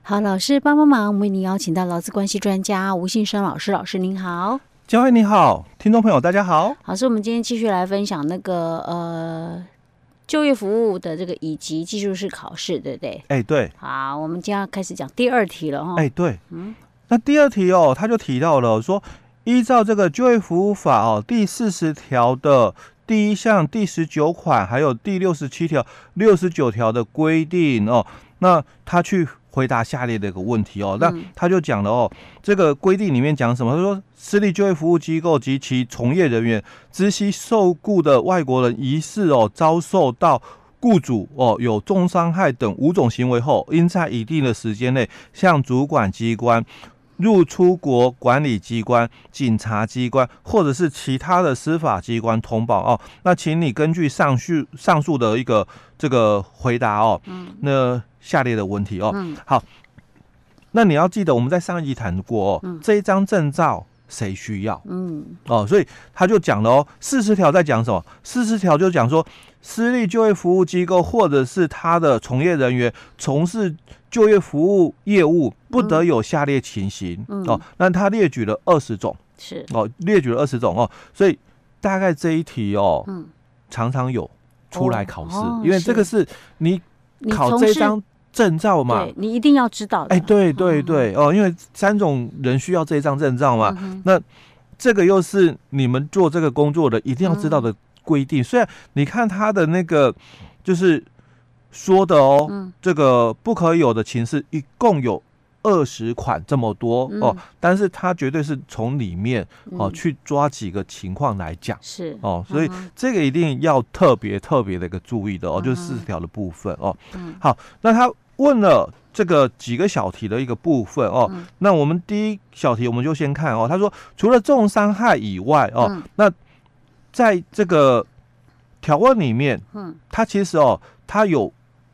好，老师帮忙，为您邀请到劳资关系专家吴信生老师。老师您好。 嘉惠你好，听众朋友大家好。 老师，我们今天继续来分享那个就业服务的这个乙级技术士考试，对不对？ 对。 好，我们今天要开始讲第二题了哈。 对。那第二题他就提到了说，依照这个就业服务法第40条的第1项第19款，还有第67条、69条的规定那他去回答下列的一个问题那他就讲了这个规定里面讲什么？他说，私立就业服务机构及其从业人员知悉受雇的外国人疑似遭受到雇主有重伤害等5种行为后，应在一定的时间内向主管机关、入出国管理机关、警察机关或者是其他的司法机关通报那请你根据上述的一个这个回答那下列的问题好，那你要记得我们在上一集谈过这一张证照谁需要所以他就讲了40条在讲什么？40条就讲说，私立就业服务机构或者是他的从业人员从事就业服务业务，不得有下列情形那他列举了20种， 是列举了20种所以大概这一题常常有出来考试，因为这个是你考这张证照嘛， 对，你一定要知道的。 对因为3种人需要这一张证照嘛，那这个又是你们做这个工作的一定要知道的规定。虽然你看他的那个就是说的这个不可以有的情事一共有20款这么多但是他绝对是从里面去抓几个情况来讲， 是所以这个一定要特别的一个注意的就是40条的部分好，那他问了这个几个小题的一个部分那我们第一小题我们就先看他说，除了重伤害以外那在这个条文里面他其实他有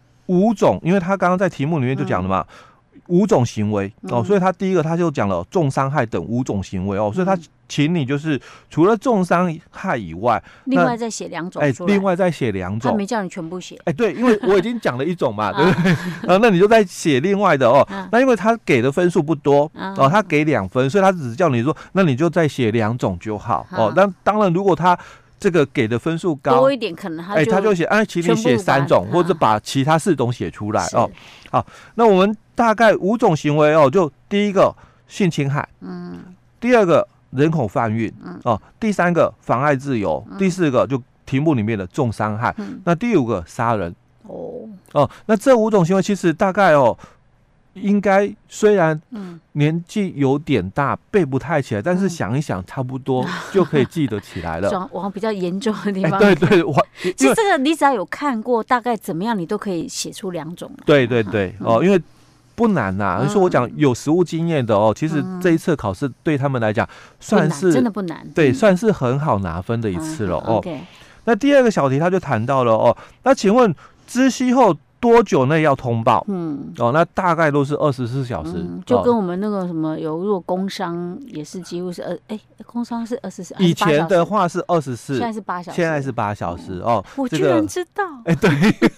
5种，因为他刚刚在题目里面就讲了嘛，5种行为所以他第一个他就讲了重伤害等5种行为所以他请你就是除了重伤害以外， 另外再写2种出来， 另外再写2种， 他没叫你全部写对，因为我已经讲了1种嘛对不对那你就再写另外的那因为他给的分数不多他给2分，所以他只是叫你说那你就再写2种就好那当然如果他这个给的分数高多一点，可能他就写请你写3种或者把其他4种写出来好，那我们大概5种行为就第一个性侵害第二个人口贩运第3个妨碍自由第4个就题目里面的重伤害那第5个杀人那这5种行为其实大概应该虽然年纪有点大背不太起来但是想一想差不多就可以记得起来了往比较严重的地方对其实这个你只要有看过大概怎么样你都可以写出2种对因为不难呐说我讲有实务经验的其实这一次考试对他们来讲算是真的不难对算是很好拿分的一次了 OK 那第2个小题他就谈到了那请问知悉后多久内要通报那大概都是24小时就跟我们那个什么如果工伤也是几乎是工伤是24 以前的话是24 现在是8小时现在是8小时我居然知道对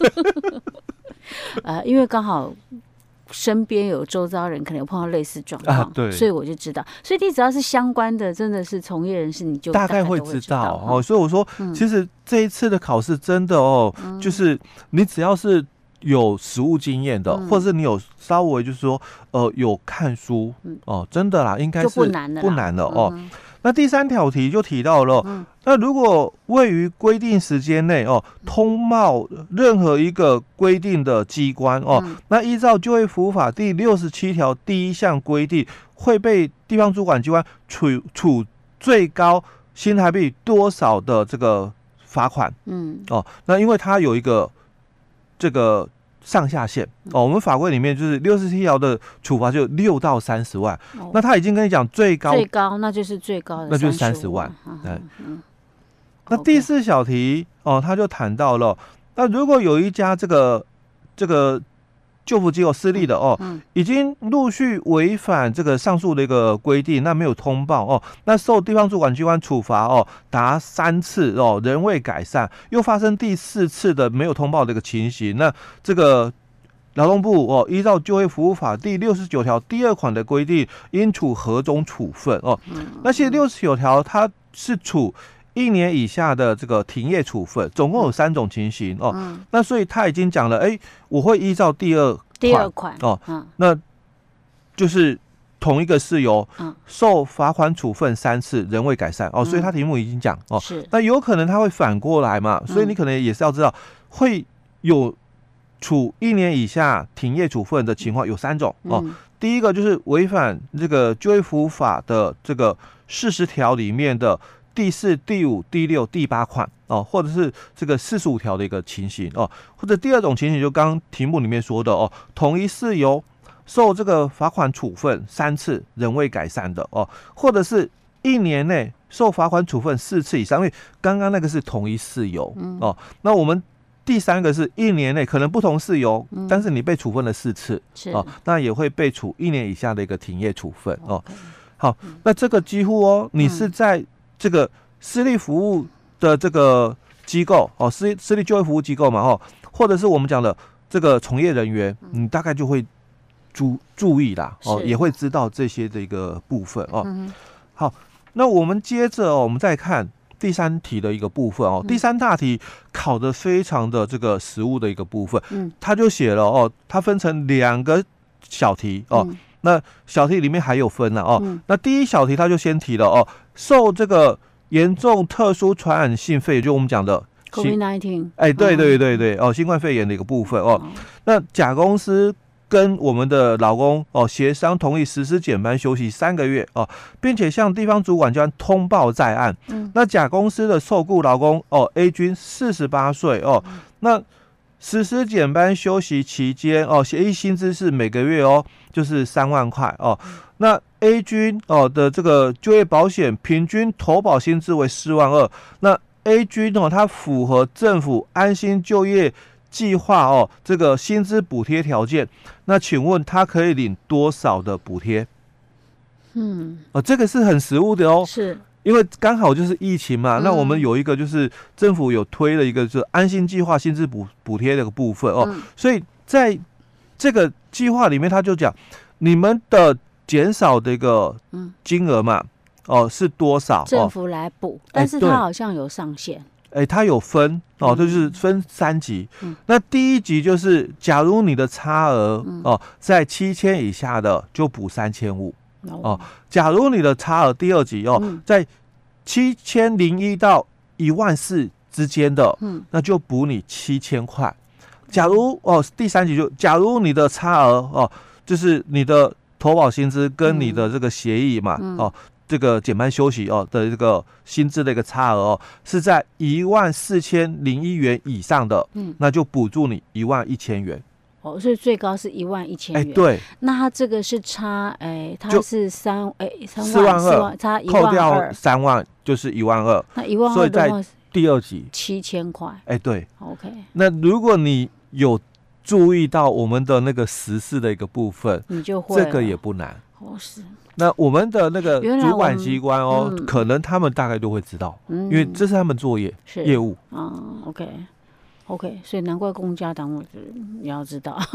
因为刚好身边有周遭人可能有碰到类似状况对， 所以我就知道，所以你只要是相关的真的是从业人士你就大概会知道所以我说其实这一次的考试真的就是你只要是有实务经验的或者是你有稍微就是说有看书真的啦应该是不难了那第3条题就提到了那如果位于规定时间内通报任何一个规定的机关那依照就业服务法第67条第1项规定会被地方主管机关处最高新台币多少的这个罚款那因为它有一个这个上下限我们法规里面就是67条的处罚就6到30万那他已经跟你讲最高那就是最高的那就是30万那第4小题他就谈到了那如果有一家这个就服机构私立的已经陆续违反这个上述的一个规定，那没有通报那受地方主管机关处罚达3次仍未改善，又发生第4次的没有通报的一个情形，那这个劳动部依照就业服务法第69条第2款的规定，应处何种处分那其实69条它是处1年以下的这个停业处分，总共有3种情形那所以他已经讲了，我会依照第二款那就是同一个事由受罚款处分3次，仍未改善所以他题目已经讲那有可能他会反过来嘛，所以你可能也是要知道会有处1年以下停业处分的情况有3种第一个就是违反这个就业服务法的这个40条里面的第4、第5、第6、第8款或者是这个45条的一个情形或者第2种情形就刚刚题目里面说的同一事由受这个罚款处分3次仍未改善的或者是1年内受罚款处分4次以上，因为刚刚那个是同一事由那我们第3个是1年内可能不同事由但是你被处分了4次那也会被处1年以下的一个停业处分好，那这个几乎你是在这个私立服务的这个机构私立就业服务机构嘛或者是我们讲的这个从业人员你大概就会注意啦也会知道这些的一个部分好，那我们接着我们再看第3题的一个部分第3大题考的非常的这个实务的一个部分他就写了它分成2个小题那小题里面还有分了那第一小题他就先提了受这个严重特殊传染性肺炎，就我们讲的 COVID-19 对新冠肺炎的一个部分那甲公司跟我们的劳工协商同意实施减班休息3个月并且向地方主管机关通报在案那甲公司的受雇劳工A 君48岁那实施减班休息期间协议薪资是每个月就是3万块那 A 君的这个就业保险平均投保薪资为4万2那 A 君他符合政府安心就业计划这个薪资补贴条件，那请问他可以领多少的补贴？这个是很实务的是因为刚好就是疫情嘛那我们有一个就是政府有推了一个就是安心计划薪资补贴的部分所以在这个计划里面他就讲你们的减少的一个金额嘛是多少政府来补但是他好像有上限它有分就是分3级那第1级就是假如你的差额在7000以下的就补3500假如你的差额第2级在7001到14000之间的那就补你7000块假如第3级就假如你的差额就是你的投保薪资跟你的这个协议嘛这个减班休息的这个薪资的一个差额是在14001元以上的那就补助你11000元所以最高是11000元对那他这个是差它是4 万2 差12000 扣掉3万就是12000 那12000 所以在第2级 7000块对 OK 那如果你有注意到我们的那个时事的一个部分你就会这个也不难是那我们的那个主管机关可能他们大概都会知道因为这是他们作业业务 OK 所以难怪公家党你要知道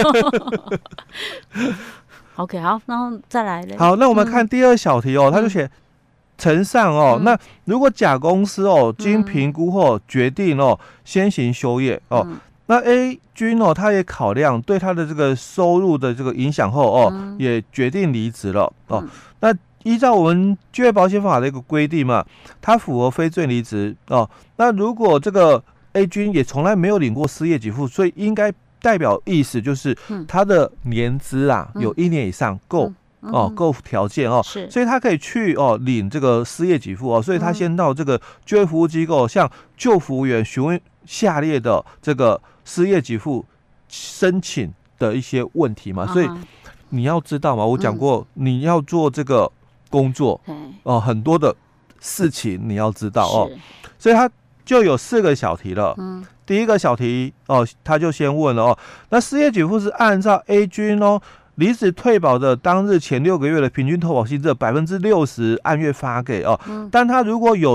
OK 好然后再来好那我们看第2小题他就写呈上那如果甲公司经评估后决定先行休业那 A 君他也考量对他的这个收入的这个影响后也决定离职了那依照我们就业保险法的一个规定嘛他符合非罪离职那如果这个 A 君也从来没有领过失业给付所以应该代表意思就是他的年资有1年以上够条件所以他可以去领这个失业给付所以他先到这个就业服务机构向就服务员询问下列的这个失业给付申请的一些问题嘛所以你要知道嘛我讲过你要做这个工作很多的事情你要知道所以他就有4个小题了第1个小题他就先问了那失业给付是按照 A 君离职退保的当日前6个月的平均投保薪资的60%按月发给但他如果有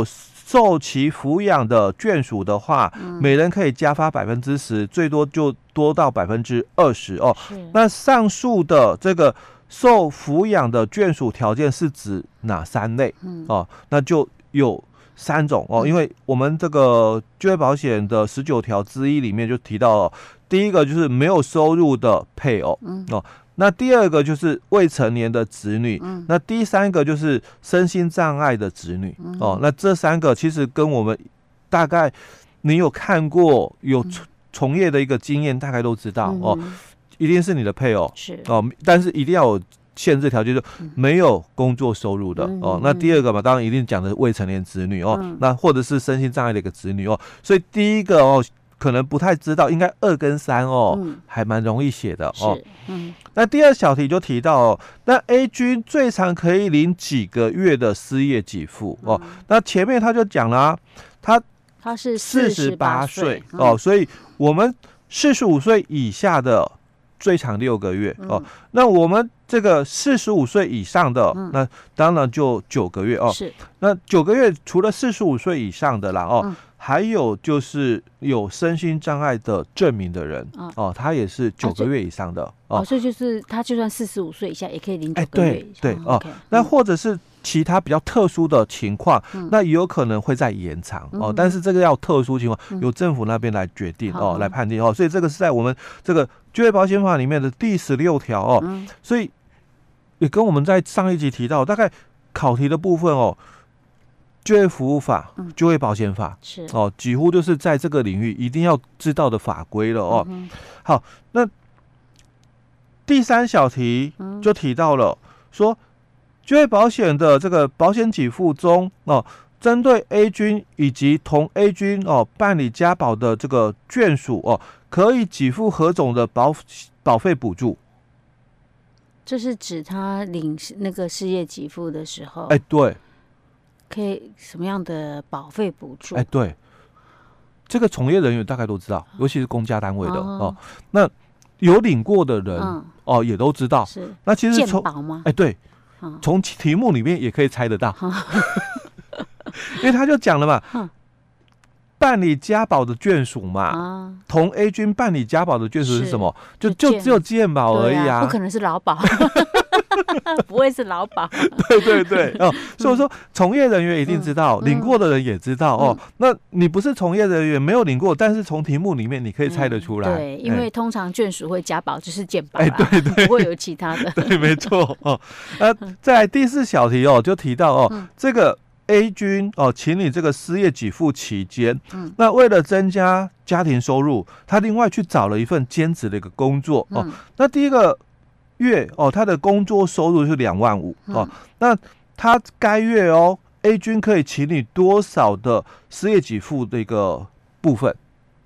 受其抚养的眷属的话，每人可以加发10%，最多就多到20%哦。那上述的这个受抚养的眷属条件是指哪3类？哦，那就有3种哦，因为我们这个就业保险的19条之一里面就提到了，第一个就是没有收入的配偶哦。那第二个就是未成年的子女，那第3个就是身心障碍的子女哦。那这3个其实跟我们大概你有看过有从业的一个经验，大概都知道哦，一定是你的配偶是哦，但是一定要有限制条件，就没有工作收入的哦。那第2个嘛，当然一定讲的未成年子女哦，那或者是身心障碍的一个子女哦。所以第一个哦，可能不太知道，应该2跟3哦，还蛮容易写的哦。那第2小题就提到哦，那 A 君最长可以领几个月的失业给付哦？那前面他就讲了啊，他是48岁哦，所以我们45岁以下的最长6个月哦。那我们这个45岁以上的，那当然就9个月哦。是，那9个月除了45岁以上的啦哦。还有就是有身心障碍的证明的人哦，他也是9个月以上的哦，所以就是他就算45岁以下也可以领9个月以上。 对哦，那或者是其他比较特殊的情况，那也有可能会再延长哦，但是这个要特殊情况由政府那边来决定哦，来判定哦，所以这个是在我们这个就业保险法里面的第16条哦，所以也跟我们在上一集提到大概考题的部分哦。就业服务法、就业保险法是哦，几乎就是在这个领域一定要知道的法规了哦。好，那第3小题就提到了说，就业保险的这个保险给付中哦，针对 A 君以及同 A 君哦办理家保的这个眷属哦，可以给付何种的保费补助？ 这是指他领那个失业给付的时候， 对。 可以什么样的保费补助？ 对，这个从业人员大概都知道，尤其是公家单位的哦。那有领过的人哦，也都知道。是，那其实健保吗？ 对，从题目里面也可以猜得到，因为他就讲了嘛，办理家保的眷属嘛，同 A 君办理家保的眷属是什么？就只有健保而已啊， 不可能是劳保。不会是劳保。 对哦，所以说从业人员一定知道，领过的人也知道哦。那你不是从业人员，没有领过，但是从题目里面你可以猜得出来。 对，因为通常眷属会加保就是健保， 对， 不会有其他的。 对，没错哦。再来第4小题哦，就提到哦，这个 A 君哦，请你这个失业给付期间，那为了增加家庭收入，他另外去找了一份兼职的一个工作哦。那第1个月哦，他的工作收入是25000哦。那他该月哦 ，A 君可以请你多少的失业给付的一个部分？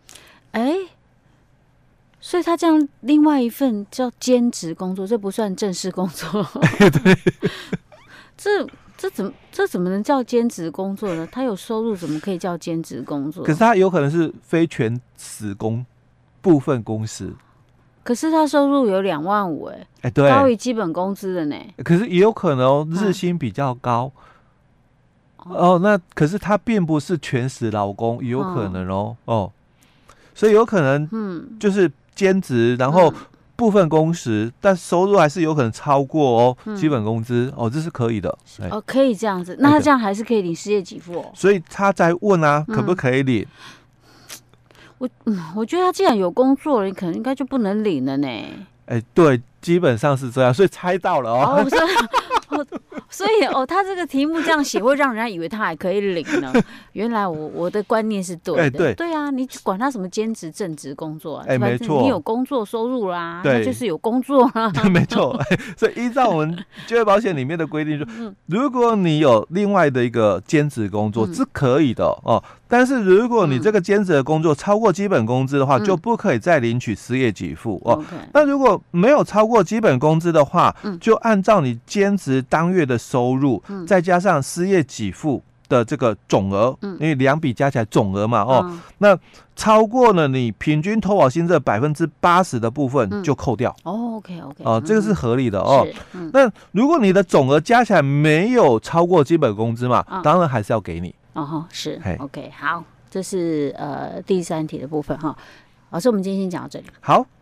所以他这样另外一份叫兼职工作，这不算正式工作。 对， 这怎么能叫兼职工作呢？他有收入怎么可以叫兼职工作？ 可是他有可能是非全时工，部分工时。 可是他收入有25000， 对， 高于基本工资的呢。 可是也有可能日薪比较高那可是他并不是全时劳工，也有可能所以有可能就是兼职，然后部分工时，但收入还是有可能超过基本工资这是可以的可以这样子。那他这样还是可以领失业给付所以他在问可不可以领？ 我觉得他既然有工作了，你可能应该就不能领了呢。 对，基本上是这样，所以猜到了所以他这个题目这样写，会让人家以为他还可以领呢。原来我的观念是对的。对啊，你管他什么兼职、正职工作没错， 你有工作收入啦，那就是有工作啦。 没错，所以依照我们就业保险里面的规定说，如果你有另外的一个兼职工作是可以的但是如果你这个兼职的工作超过基本工资的话，就不可以再领取失业给付那如果没有超过基本工资的话，就按照你兼职当月的收入，再加上失业给付的这个总额，因为2笔加起来总额嘛那超过了你平均投保薪资80%的部分就扣掉 OK 这个是合理的那如果你的总额加起来没有超过基本工资嘛，当然还是要给你哦，是 OK， 好，这是第3题的部分哈。老师，我们今天先讲到这里。 好。